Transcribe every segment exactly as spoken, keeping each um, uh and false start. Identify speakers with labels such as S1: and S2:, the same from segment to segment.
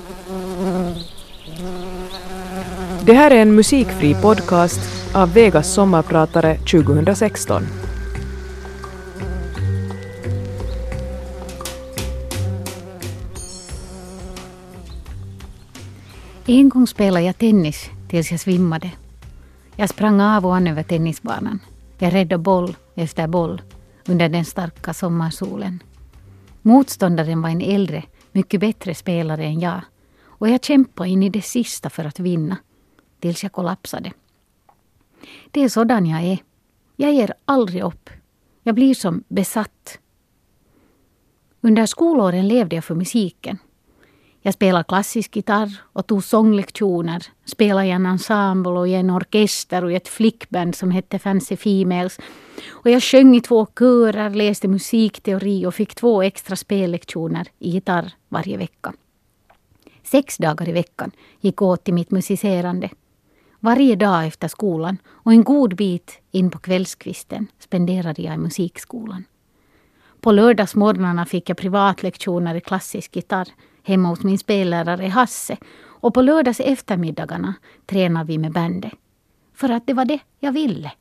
S1: Det här är en musikfri podcast av Vegas sommarpratare tjugohundrasexton.
S2: En gång spelade jag tennis tills jag svimmade. Jag sprang av och an över tennisbanan. Jag räddade boll efter boll under den starka sommarsolen. Motståndaren var en äldre, mycket bättre spelare än jag. Och jag kämpade in i det sista för att vinna. Tills jag kollapsade. Det är sådan jag är. Jag ger aldrig upp. Jag blir som besatt. Under skolåren levde jag för musiken. Jag spelade klassisk gitarr och tog sånglektioner. Spelade i en ensemble och i en orkester och i ett flickband som hette Fancy Females. Och jag sjöng i två körer, läste musikteori och fick två extra spellektioner i gitarr varje vecka. Sex dagar i veckan gick åt till mitt musicerande. Varje dag efter skolan och en god bit in på kvällskvisten spenderade jag i musikskolan. På lördagsmorgnarna fick jag privatlektioner i klassisk gitarr hemma hos min spellärare Hasse. Och på lördags eftermiddagarna tränade vi med bandet. För att det var det jag ville.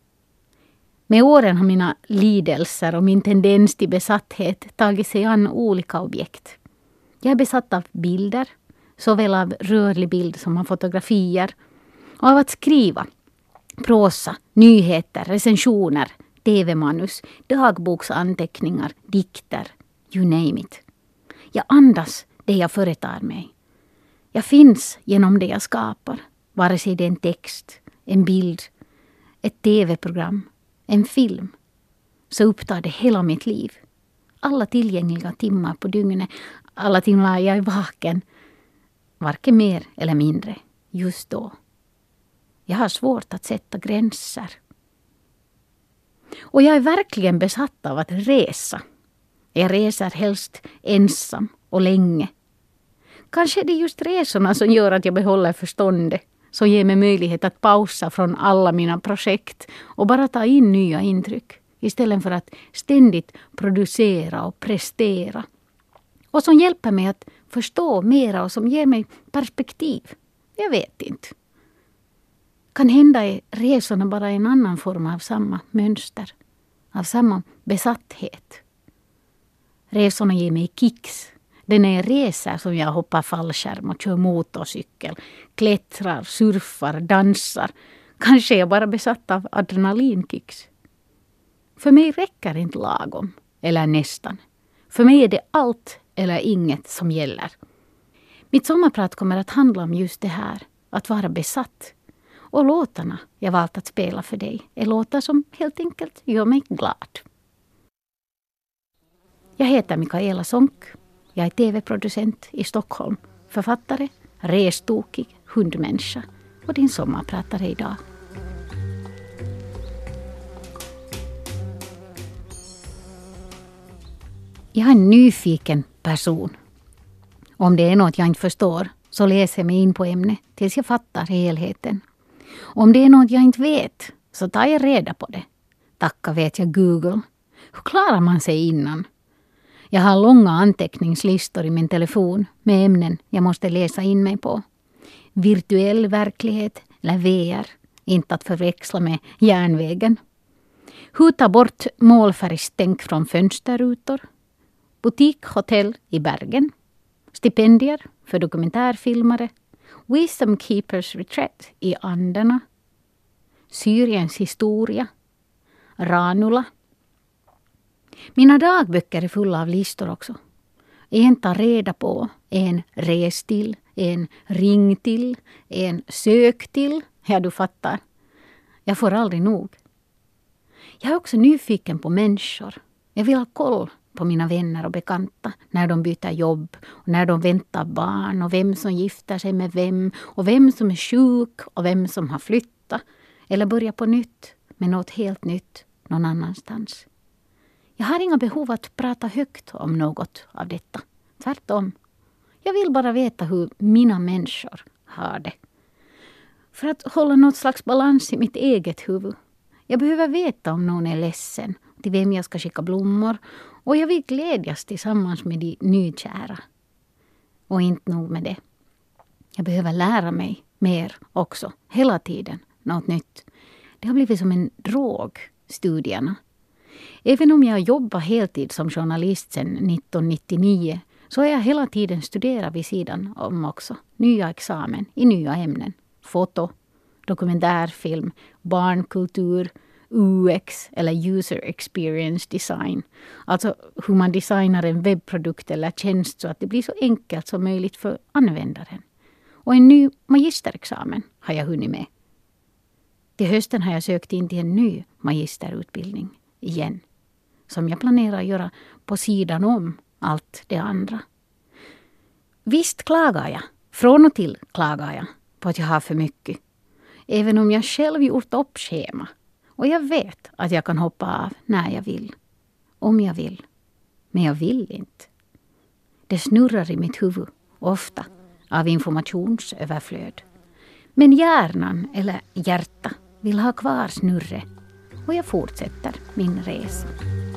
S2: Med åren har mina lidelser och min tendens till besatthet tagit sig an olika objekt. Jag är besatt av bilder, såväl av rörlig bild som av fotografier. Och av att skriva, prosa, nyheter, recensioner, tv-manus, dagboksanteckningar, dikter, you name it. Jag andas det jag företar mig. Jag finns genom det jag skapar, vare sig det är en text, en bild, ett tv-program, en film. Så upptar det hela mitt liv. Alla tillgängliga timmar på dygnet, alla timmar jag är vaken, varken mer eller mindre, just då. Jag har svårt att sätta gränser. Och jag är verkligen besatt av att resa. Jag reser helst ensam och länge. Kanske är det just resorna som gör att jag behåller förståndet. Som ger mig möjlighet att pausa från alla mina projekt och bara ta in nya intryck. Istället för att ständigt producera och prestera. Och som hjälper mig att förstå mera och som ger mig perspektiv. Jag vet inte. Kan hända är resorna bara en annan form av samma mönster. Av samma besatthet. Resorna ger mig kicks. Den är resor som jag hoppar fallskärm och kör motorcykel. Klättrar, surfar, dansar. Kanske är jag bara besatt av adrenalinkicks. För mig räcker inte lagom. Eller nästan. För mig är det allt eller inget som gäller. Mitt sommarprat kommer att handla om just det här. Att vara besatt. Och låtarna jag valt att spela för dig är låtar som helt enkelt gör mig glad. Jag heter Mikaela Sonck. Jag är tv-producent i Stockholm. Författare, restokig, hundmänniska och din sommarpratare idag. Jag är en nyfiken person. Om det är något jag inte förstår så läser jag mig in på ämnet tills jag fattar helheten. Om det är något jag inte vet så tar jag reda på det. Tacka vet jag Google. Hur klarar man sig innan? Jag har långa anteckningslistor i min telefon med ämnen jag måste läsa in mig på. Virtuell verklighet eller V R, inte att förväxla med järnvägen. Hur ta bort målfärgstänk från fönsterrutor? Butikhotell i Bergen. Stipendier för dokumentärfilmare. Wisdom Keepers Retreat i Anderna. Syriens historia. Ranula. Mina dagböcker är fulla av listor också. En tar reda på, en res till, en ring till, en sök till. Ja, du fattar. Jag får aldrig nog. Jag är också nyfiken på människor. Jag vill ha koll på mina vänner och bekanta när de byter jobb och när de väntar barn och vem som gifter sig med vem och vem som är sjuk och vem som har flyttat eller börjar på nytt med något helt nytt någon annanstans. Jag har inga behov att prata högt om något av detta. Tvärtom. Jag vill bara veta hur mina människor har det. För att hålla något slags balans i mitt eget huvud. Jag behöver veta om någon är ledsen, till vem jag ska skicka blommor och jag vill glädjas tillsammans med de nykära. Och inte nog med det. Jag behöver lära mig mer också. Hela tiden. Något nytt. Det har blivit som en drog, studierna. Även om jag jobbar heltid som journalist sedan nittonhundranittionio så har jag hela tiden studerat vid sidan om också. Nya examen i nya ämnen. Foto, dokumentärfilm, barnkultur, U X eller User Experience Design. Alltså hur man designar en webbprodukt eller tjänst så att det blir så enkelt som möjligt för användaren. Och en ny magisterexamen har jag hunnit med. Till hösten har jag sökt in till en ny magisterutbildning igen. Som jag planerar att göra på sidan om allt det andra. Visst klagar jag, från och till klagar jag på att jag har för mycket. Även om jag själv gjort upp schema. Och jag vet att jag kan hoppa av när jag vill. Om jag vill. Men jag vill inte. Det snurrar i mitt huvud, ofta, av informationsöverflöd. Men hjärnan, eller hjärta, vill ha kvar snurre. Och jag fortsätter min resa.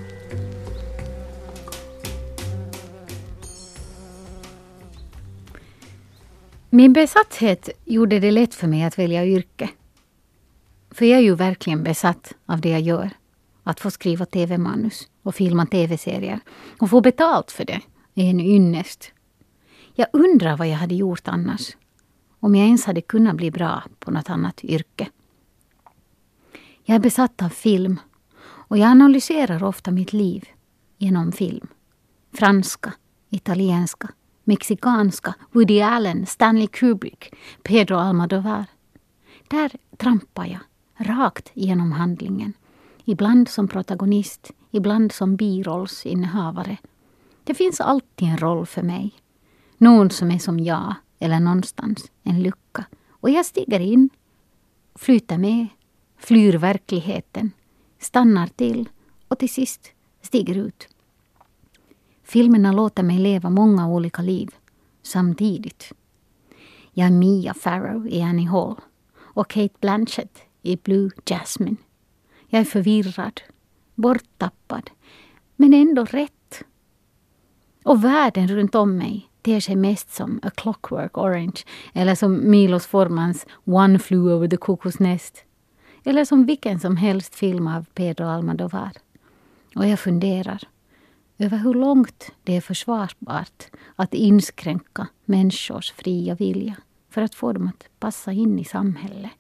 S2: Min besatthet gjorde det lätt för mig att välja yrke. För jag är ju verkligen besatt av det jag gör. Att få skriva tv-manus och filma tv-serier. Och få betalt för det är en ynnest. Jag undrar vad jag hade gjort annars. Om jag ens hade kunnat bli bra på något annat yrke. Jag är besatt av film. Och jag analyserar ofta mitt liv genom film. Franska, italienska, mexikanska, Woody Allen, Stanley Kubrick, Pedro Almodovar. Där trampar jag rakt genom handlingen. Ibland som protagonist, ibland som birollsinnehavare. Det finns alltid en roll för mig. Någon som är som jag, eller någonstans en lucka. Och jag stiger in, flyter med, flyr verkligheten, stannar till och till sist stiger ut. Filmerna låter mig leva många olika liv samtidigt. Jag är Mia Farrow i Annie Hall och Kate Blanchett i Blue Jasmine. Jag är förvirrad, borttappad, men ändå rätt. Och världen runt om mig ter sig mest som A Clockwork Orange eller som Milos Formans One Flew Over the Cuckoo's Nest eller som vilken som helst film av Pedro Almodovar. Och jag funderar över hur långt det är försvarbart att inskränka människors fria vilja för att få dem att passa in i samhället.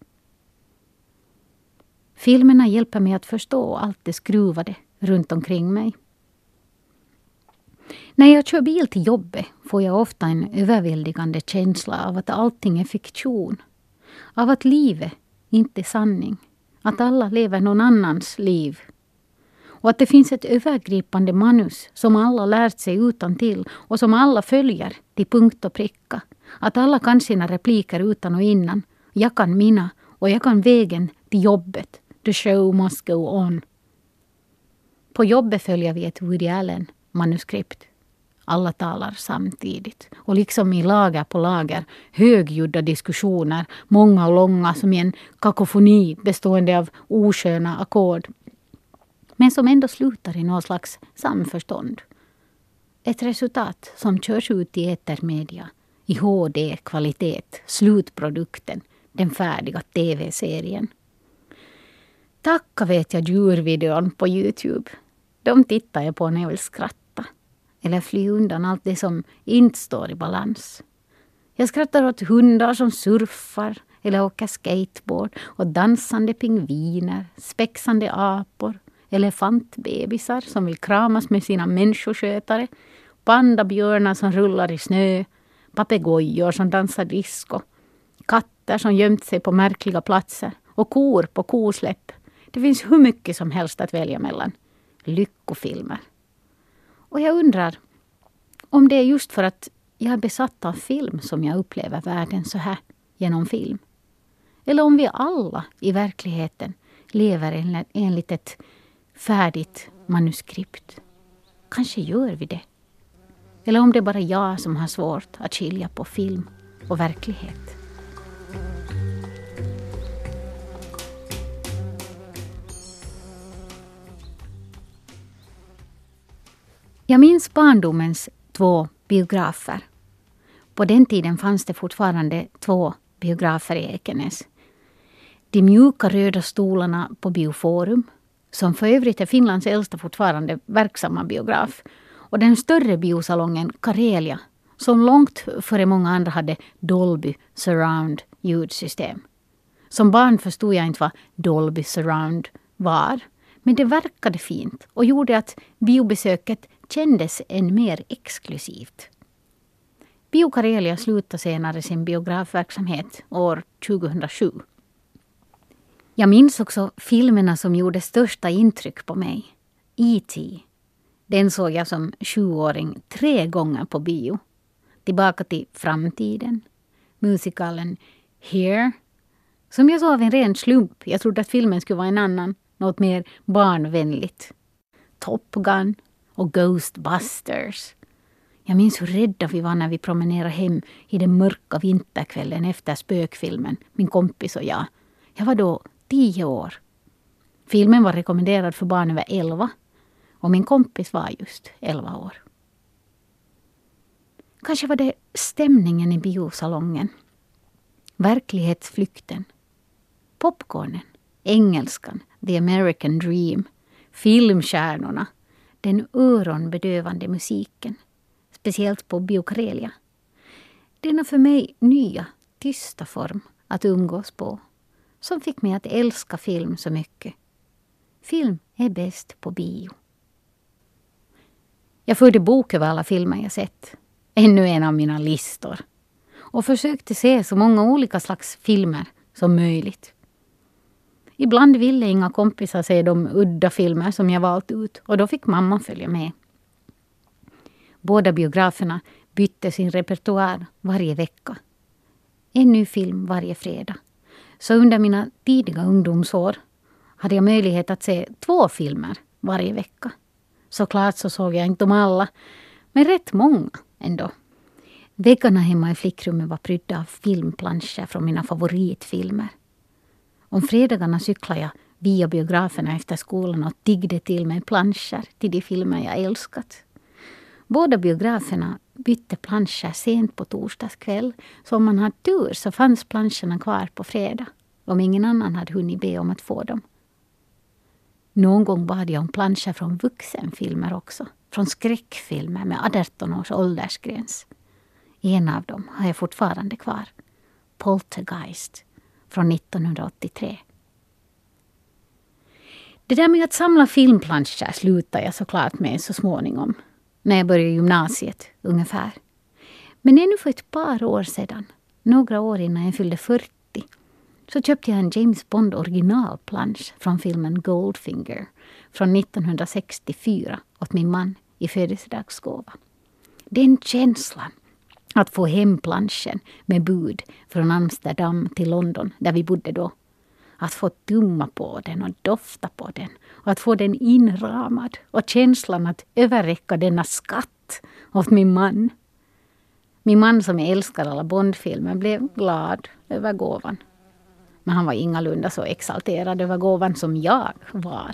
S2: Filmerna hjälper mig att förstå allt det skruvade runt omkring mig. När jag kör bil till jobbet får jag ofta en överväldigande känsla av att allting är fiktion. Av att livet inte är sanning. Att alla lever någon annans liv. Och att det finns ett övergripande manus som alla lärt sig utan till och som alla följer till punkt och pricka. Att alla kan sina repliker utan och innan. Jag kan mina och jag kan vägen till jobbet. The show must go on. På jobbet följer vi ett Woody Allen-manuskript. Alla talar samtidigt. Och liksom i lager på lager, högljudda diskussioner, många och långa som i en kakofoni bestående av osköna ackord. Men som ändå slutar i någon slags samförstånd. Ett resultat som körs ut i etermedia, i H D-kvalitet, slutprodukten, den färdiga tv-serien. Tacka vet jag djurvideon på YouTube. De tittar jag på när jag vill skratta. Eller fly undan allt det som inte står i balans. Jag skrattar åt hundar som surfar eller åker skateboard och dansande pingviner, spexande apor, elefantbebisar som vill kramas med sina människoskötare, pandabjörnar som rullar i snö, papegojor som dansar disco, katter som gömt sig på märkliga platser och kor på kosläpp. Det finns hur mycket som helst att välja mellan. Lyckofilmer. Och jag undrar om det är just för att jag är besatt av film som jag upplever världen så här genom film. Eller om vi alla i verkligheten lever enligt ett färdigt manuskript. Kanske gör vi det. Eller om det är bara jag som har svårt att skilja på film och verklighet. Jag minns barndomens två biografer. På den tiden fanns det fortfarande två biografer i Ekenäs. De mjuka röda stolarna på Bioforum, som för övrigt är Finlands äldsta fortfarande verksamma biograf, och den större biosalongen Karelia, som långt före många andra hade Dolby Surround ljudsystem. Som barn förstod jag inte vad Dolby Surround var, men det verkade fint och gjorde att biobesöket kändes än mer exklusivt. Bio Karelia slutade senare sin biografverksamhet år tjugohundrasju. Jag minns också filmerna som gjorde största intryck på mig. E T Den såg jag som sjuåring tre gånger på bio. Tillbaka till framtiden. Musikalen Here, som jag såg av en ren slump. Jag trodde att filmen skulle vara en annan, något mer barnvänligt. Top Gun och Ghostbusters. Jag minns hur rädda vi var när vi promenerade hem i den mörka vinterkvällen efter spökfilmen, min kompis och jag. Jag var då tio år. Filmen var rekommenderad för barn över elva. Och min kompis var just elva år. Kanske var det stämningen i biosalongen. Verklighetsflykten. Popcornen. Engelskan. The American Dream. Filmstjärnorna. Den öronbedövande musiken. Speciellt på Bio Karelia. Denna för mig nya, tysta form att umgås på. Som fick mig att älska film så mycket. Film är bäst på bio. Jag förde bok över alla filmer jag sett. Ännu en av mina listor. Och försökte se så många olika slags filmer som möjligt. Ibland ville inga kompisar se de udda filmer som jag valt ut. Och då fick mamma följa med. Båda biograferna bytte sin repertoar varje vecka. En ny film varje fredag. Så under mina tidiga ungdomsår hade jag möjlighet att se två filmer varje vecka. Såklart så såg jag inte om alla, men rätt många ändå. Väggarna hemma i flickrummet var prydda av filmplanscher från mina favoritfilmer. Om fredagarna cyklade jag via biograferna efter skolan och tiggde till mig planscher till de filmer jag älskat. Båda biograferna bytte planscher sent på torsdagskväll, så om man hade tur så fanns planscherna kvar på fredag, om ingen annan hade hunnit be om att få dem. Någon gång bad jag om planscher från vuxenfilmer också, från skräckfilmer med arton års åldersgräns. En av dem har jag fortfarande kvar, Poltergeist från nittonhundraåttiotre. Det där med att samla filmplanscher slutade jag såklart med så småningom, när jag började gymnasiet ungefär. Men ännu för ett par år sedan, några år innan jag fyllde fyrtio, så köpte jag en James Bond originalplansch från filmen Goldfinger från nittonhundrasextiofyra åt min man i födelsedagsgåva. Den känslan att få hem planschen med bud från Amsterdam till London där vi bodde då. Att få tumma på den och dofta på den och att få den inramad och känslan att överräcka denna skatt åt min man. Min man som älskar alla Bondfilmer blev glad över gåvan. Men han var ingalunda så exalterad över gåvan som jag var.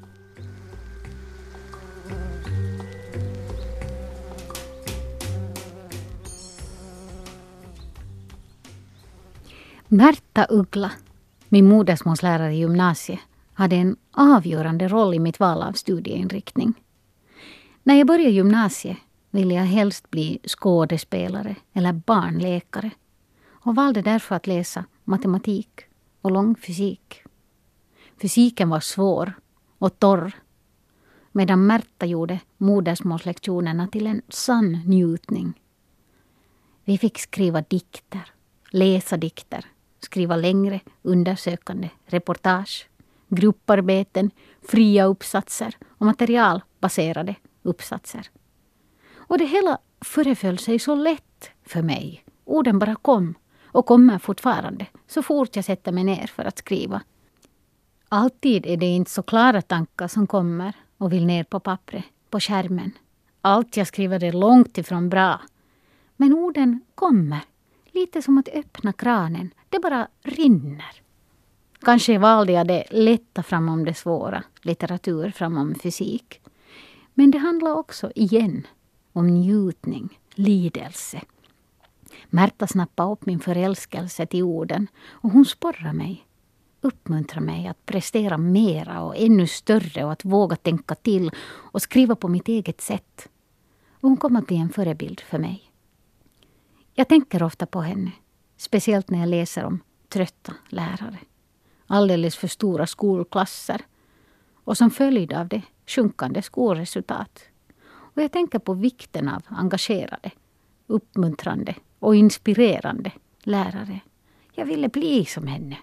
S2: Märta Uggla, min modersmålslärare i gymnasiet, hade en avgörande roll i mitt val av studieinriktning. När jag började gymnasiet ville jag helst bli skådespelare eller barnläkare och valde därför att läsa matematik och lång fysik. Fysiken var svår och torr, medan Märta gjorde modersmålslektionerna till en sann njutning. Vi fick skriva dikter, läsa dikter, skriva längre undersökande reportage, grupparbeten, fria uppsatser och materialbaserade uppsatser. Och det hela föreföll sig så lätt för mig. Orden bara kom och kommer fortfarande så fort jag sätter mig ner för att skriva. Alltid är det inte så klara tankar som kommer och vill ner på pappret, på skärmen. Allt jag skriver är långt ifrån bra. Men orden kommer, lite som att öppna kranen. Det bara rinner. Kanske valde jag det lätta framom det svåra, litteratur framom fysik. Men det handlar också igen om njutning, lidelse. Märta snappade upp min förälskelse till orden och hon sporrar mig, uppmuntrar mig att prestera mera och ännu större och att våga tänka till och skriva på mitt eget sätt. Och hon kommer att bli en förebild för mig. Jag tänker ofta på henne, speciellt när jag läser om trötta lärare. Alldeles för stora skolklasser och som följd av det sjunkande skolresultat. Och jag tänker på vikten av engagerade, uppmuntrande och inspirerande lärare. Jag ville bli som henne.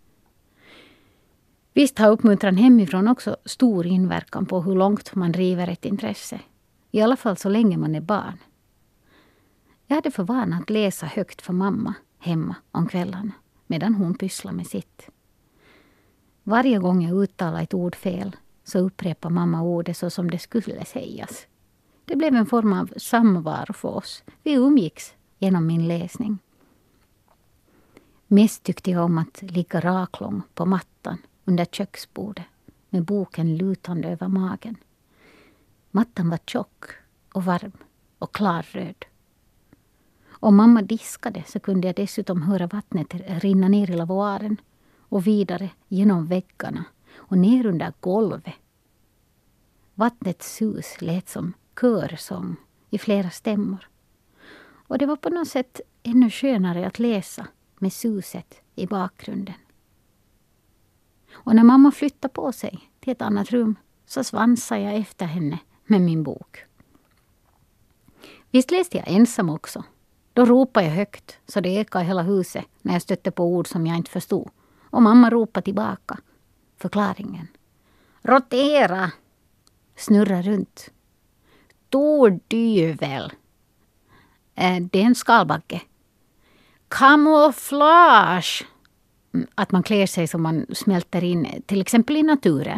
S2: Visst har uppmuntran hemifrån också stor inverkan på hur långt man driver ett intresse. I alla fall så länge man är barn. Jag hade för vana att läsa högt för mamma hemma om kvällarna medan hon pysslar med sitt. Varje gång jag uttalar ett ord fel så upprepar mamma ordet så som det skulle sägas. Det blev en form av samvaro för oss. Vi umgicks genom min läsning. Mest tyckte jag om att ligga raklång på mattan under köksbordet med boken lutande över magen. Mattan var tjock och varm och klarröd. Om mamma diskade så kunde jag dessutom höra vattnet rinna ner i lavoaren och vidare genom väggarna och ner under golvet. Vattnets sus lät som körsång i flera stämmor. Och det var på något sätt ännu skönare att läsa med suset i bakgrunden. Och när mamma flyttade på sig till ett annat rum så svansade jag efter henne med min bok. Visst läste jag ensam också. Då ropade jag högt så det ekade i hela huset när jag stötte på ord som jag inte förstod. Och mamma ropade tillbaka förklaringen. Rotera! Snurra runt. Tordyvel. Äh, det är en skalbacke. Kamouflage. Att man klär sig som man smälter in till exempel i naturen.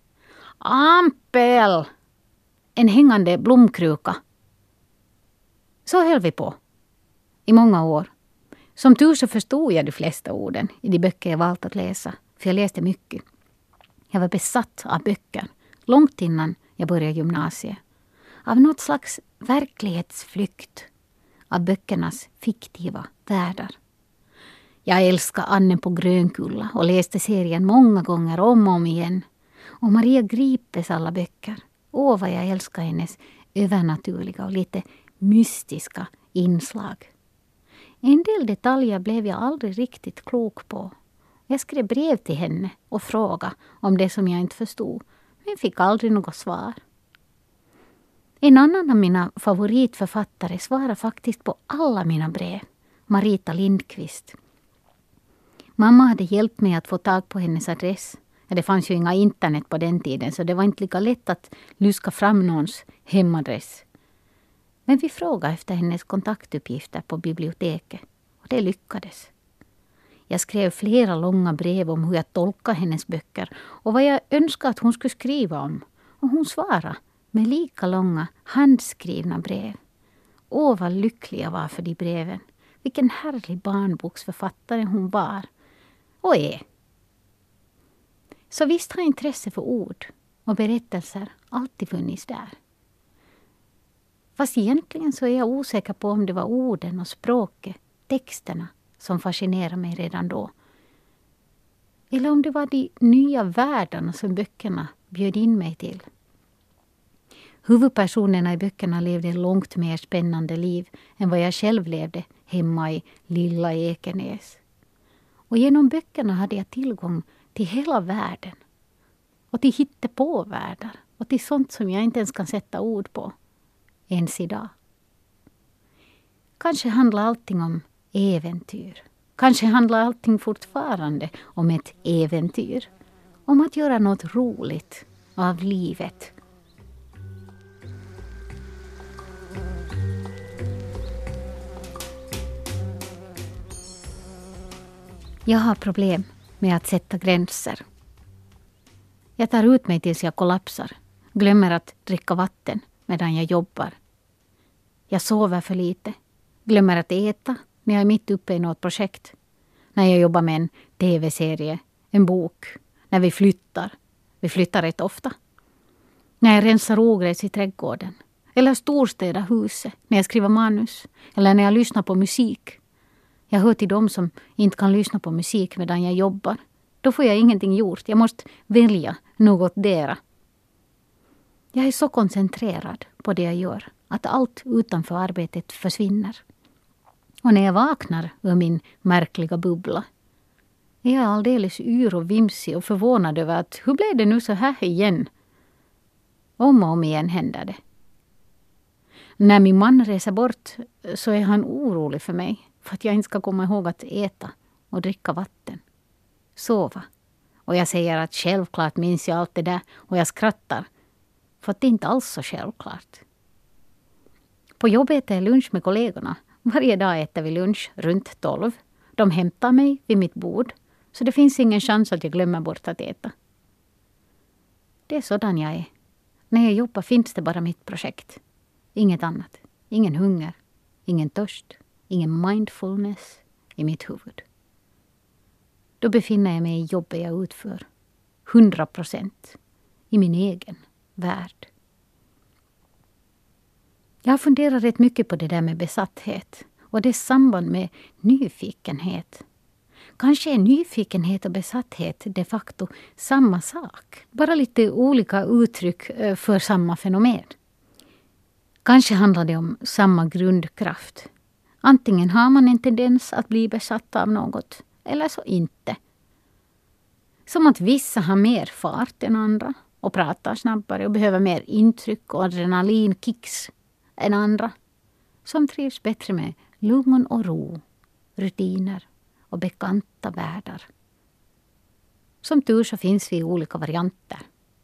S2: Ampel. En hängande blomkruka. Så höll vi på. I många år. Som tur så förstod jag de flesta orden i de böcker jag valt att läsa. För jag läste mycket. Jag var besatt av böcker. Långt innan jag började gymnasiet. Av något slags verklighetsflykt. Av böckernas fiktiva världar. Jag älskar Anne på Grönkulla och läste serien många gånger om och om igen. Och Maria Gripes alla böcker. Åh, vad jag älskar hennes övernaturliga och lite mystiska inslag. En del detaljer blev jag aldrig riktigt klok på. Jag skrev brev till henne och frågade om det som jag inte förstod. Men fick aldrig något svar. En annan av mina favoritförfattare svarar faktiskt på alla mina brev. Marita Lindqvist. Mamma hade hjälpt mig att få tag på hennes adress. Det fanns ju inga internet på den tiden så det var inte lika lätt att luska fram någons hemadress. Men vi frågade efter hennes kontaktuppgifter på biblioteket och det lyckades. Jag skrev flera långa brev om hur jag tolkade hennes böcker och vad jag önskade att hon skulle skriva om. Och hon svarade med lika långa handskrivna brev. Åh, vad lycklig jag var för de breven. Vilken härlig barnboksförfattare hon var och är. Så visst har intresse för ord och berättelser alltid funnits där. Fast egentligen så är jag osäker på om det var orden och språket, texterna, som fascinerade mig redan då. Eller om det var de nya världarna som böckerna bjöd in mig till. Huvudpersonerna i böckerna levde långt mer spännande liv än vad jag själv levde hemma i lilla Ekenäs. Och genom böckerna hade jag tillgång till hela världen. Och till hittepåvärldar. Och till sånt som jag inte ens kan sätta ord på. Ens idag. Kanske handlar allting om äventyr. Kanske handlar allting fortfarande om ett äventyr. Om att göra något roligt av livet. Jag har problem med att sätta gränser. Jag tar ut mig tills jag kollapsar. Glömmer att dricka vatten medan jag jobbar. Jag sover för lite. Glömmer att äta när jag är mitt uppe i något projekt. När jag jobbar med en tv-serie, en bok. När vi flyttar. Vi flyttar rätt ofta. När jag rensar ogräs i trädgården. Eller storstädar huset när jag skriver manus. Eller när jag lyssnar på musik Jag hör till dem som inte kan lyssna på musik medan jag jobbar. Då får jag ingenting gjort. Jag måste välja något dera. Jag är så koncentrerad på det jag gör att allt utanför arbetet försvinner. Och när jag vaknar ur min märkliga bubbla är jag alldeles yr och vimsig och förvånad över att hur blev det nu så här igen? Om och om igen händer det. När min man reser bort så är han orolig för mig för att jag inte ska komma ihåg att äta och dricka vatten. Sova. Och jag säger att självklart minns jag allt det där och jag skrattar. För att det är inte alls så självklart. På jobbet äter jag lunch med kollegorna. Varje dag äter vi lunch runt tolv. De hämtar mig vid mitt bord. Så det finns ingen chans att jag glömmer bort att äta. Det är sådan jag är. När jag jobbar finns det bara mitt projekt. Inget annat. Ingen hunger. Ingen törst. Ingen mindfulness i mitt huvud. Då befinner jag mig i jobbet jag utför. Hundra procent. I min egen värld. Jag har funderat rätt mycket på det där med besatthet. Och det samband med nyfikenhet. Kanske är nyfikenhet och besatthet de facto samma sak. Bara lite olika uttryck för samma fenomen. Kanske handlar det om samma grundkraft. Antingen har man en tendens att bli besatt av något. Eller så inte. Som att vissa har mer fart än andra. Och pratar snabbare och behöver mer intryck och adrenalinkicks än andra. Som trivs bättre med lugn och ro, rutiner och bekanta världar. Som tur så finns vi i olika varianter.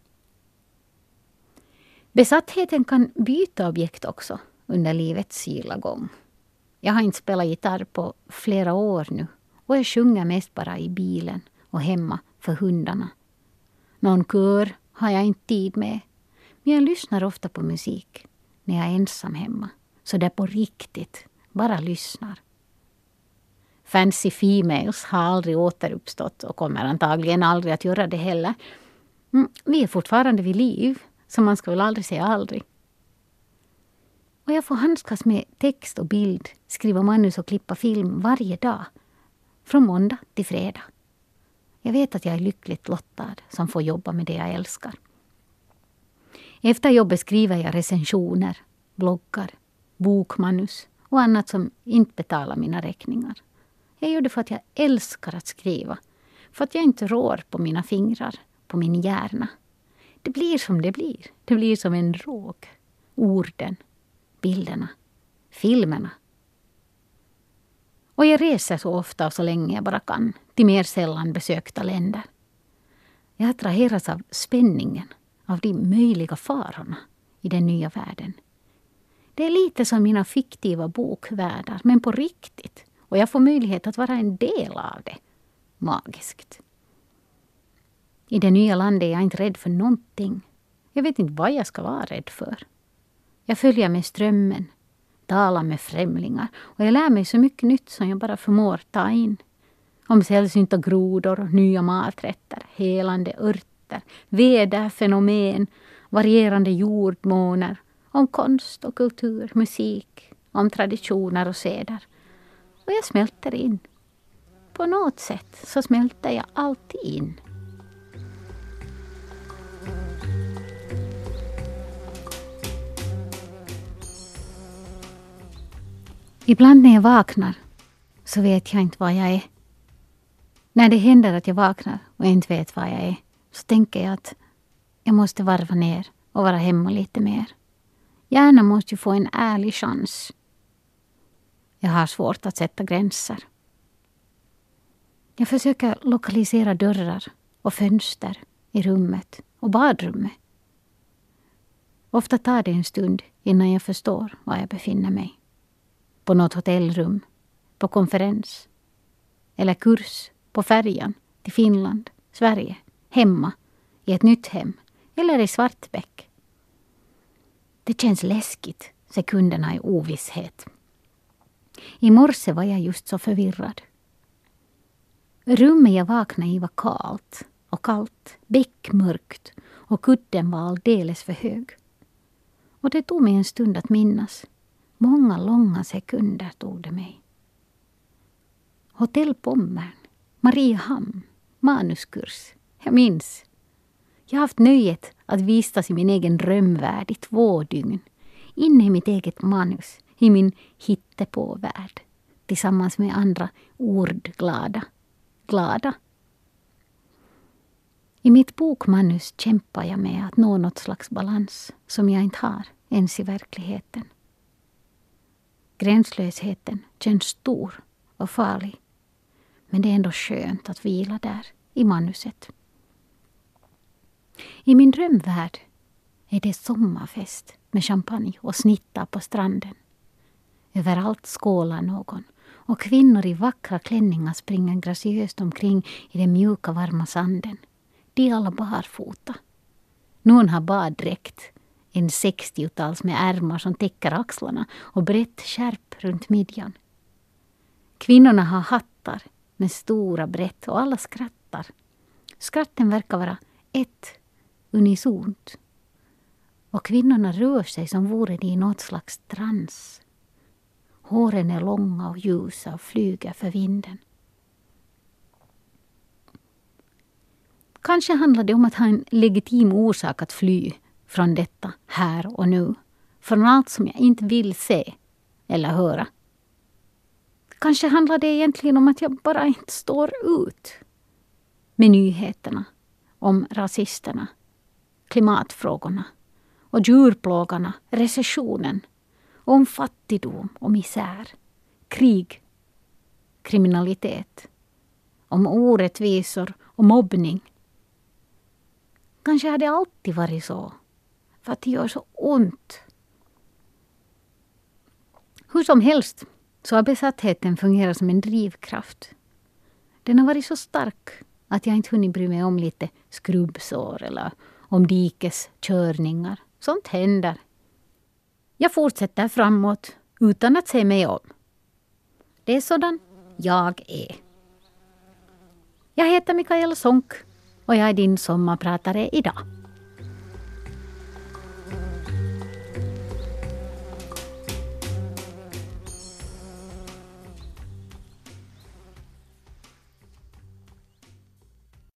S2: Besattheten kan byta objekt också under livets gilla gång. Jag har inte spelat gitarr på flera år nu och jag sjunger mest bara i bilen och hemma för hundarna. Någon kör har jag inte tid med, men jag lyssnar ofta på musik när jag är ensam hemma. Så där på riktigt, bara lyssnar. Fancy females har aldrig återuppstått och kommer antagligen aldrig att göra det heller. Mm, vi är fortfarande vid liv, så man ska väl aldrig säga aldrig. Och jag får handskas med text och bild, skriva manus och klippa film varje dag. Från måndag till fredag. Jag vet att jag är lyckligt lottad som får jobba med det jag älskar. Efter jobbet skriver jag recensioner, bloggar, bokmanus och annat som inte betalar mina räkningar. Jag gör det för att jag älskar att skriva. För att jag inte rår på mina fingrar, på min hjärna. Det blir som det blir. Det blir som en råg. Orden, bilderna, filmerna. Och jag reser så ofta och så länge jag bara kan till mer sällan besökta länder. Jag attraheras av spänningen, av de möjliga farorna i den nya världen. Det är lite som mina fiktiva bokvärldar, men på riktigt. Och jag får möjlighet att vara en del av det. Magiskt. I det nya landet är jag inte rädd för någonting. Jag vet inte vad jag ska vara rädd för. Jag följer med strömmen, talar med främlingar och jag lär mig så mycket nytt som jag bara förmår ta in. Om sällsynta grodor, nya maträtter, helande örter, väderfenomen, varierande jordmåner, om konst och kultur, musik, om traditioner och seder. Och jag smälter in. På något sätt så smälter jag alltid in. Ibland när jag vaknar så vet jag inte vad jag är. När det händer att jag vaknar och inte vet vad jag är så tänker jag att jag måste varva ner och vara hemma lite mer. Hjärnan måste ju få en ärlig chans. Jag har svårt att sätta gränser. Jag försöker lokalisera dörrar och fönster i rummet och badrummet. Ofta tar det en stund innan jag förstår var jag befinner mig. På något hotellrum, på konferens eller kurs på färjan till Finland, Sverige, hemma, i ett nytt hem eller i Svartbäck. Det känns läskigt, sekunderna i ovisshet. I morse var jag just så förvirrad. Rummet jag vaknade i var kallt och kallt, bäckmörkt och kudden var alldeles för hög. Och det tog mig en stund att minnas. Många långa sekunder tog det mig. Hotell Pommern, Mariehamn, manuskurs. Jag minns. Jag har haft nöjet att vistas i min egen drömvärld i två dygn. Inne i mitt eget manus, i min hittepåvärld. Tillsammans med andra ordglada. Glada. I mitt bokmanus kämpar jag med att nå något slags balans som jag inte har ens i verkligheten. Gränslösheten känns stor och farlig. Men det är ändå skönt att vila där i manuset. I min drömvärld är det sommarfest med champagne och snittar på stranden. Överallt skålar någon och kvinnor i vackra klänningar springer graciöst omkring i den mjuka varma sanden. De är alla barfota. Någon har baddräkt, en sextiotals med ärmar som täcker axlarna och brett skärp runt midjan. Kvinnorna har hattar med stora brett och alla skrattar. Skratten verkar vara ett unisont. Och kvinnorna rör sig som vore de i något slags trans. Håren är långa och ljusa och flyger för vinden. Kanske handlar det om att ha en legitim orsak att fly från detta här och nu. Från allt som jag inte vill se eller höra. Kanske handlar det egentligen om att jag bara inte står ut med nyheterna om rasisterna, klimatfrågorna och djurplågarna, recessionen, om fattigdom och misär, krig, kriminalitet, om orättvisor och mobbning. Kanske har det alltid varit så, för att det gör så ont. Hur som helst så har besattheten fungerat som en drivkraft. Den har varit så stark att jag inte hunnit bry mig om lite skrubbsår eller om dikeskörningar. Sånt händer. Jag fortsätter framåt utan att se mig om. Det är sådan jag är. Jag heter Mikaela Sonck och jag är din sommarpratare idag.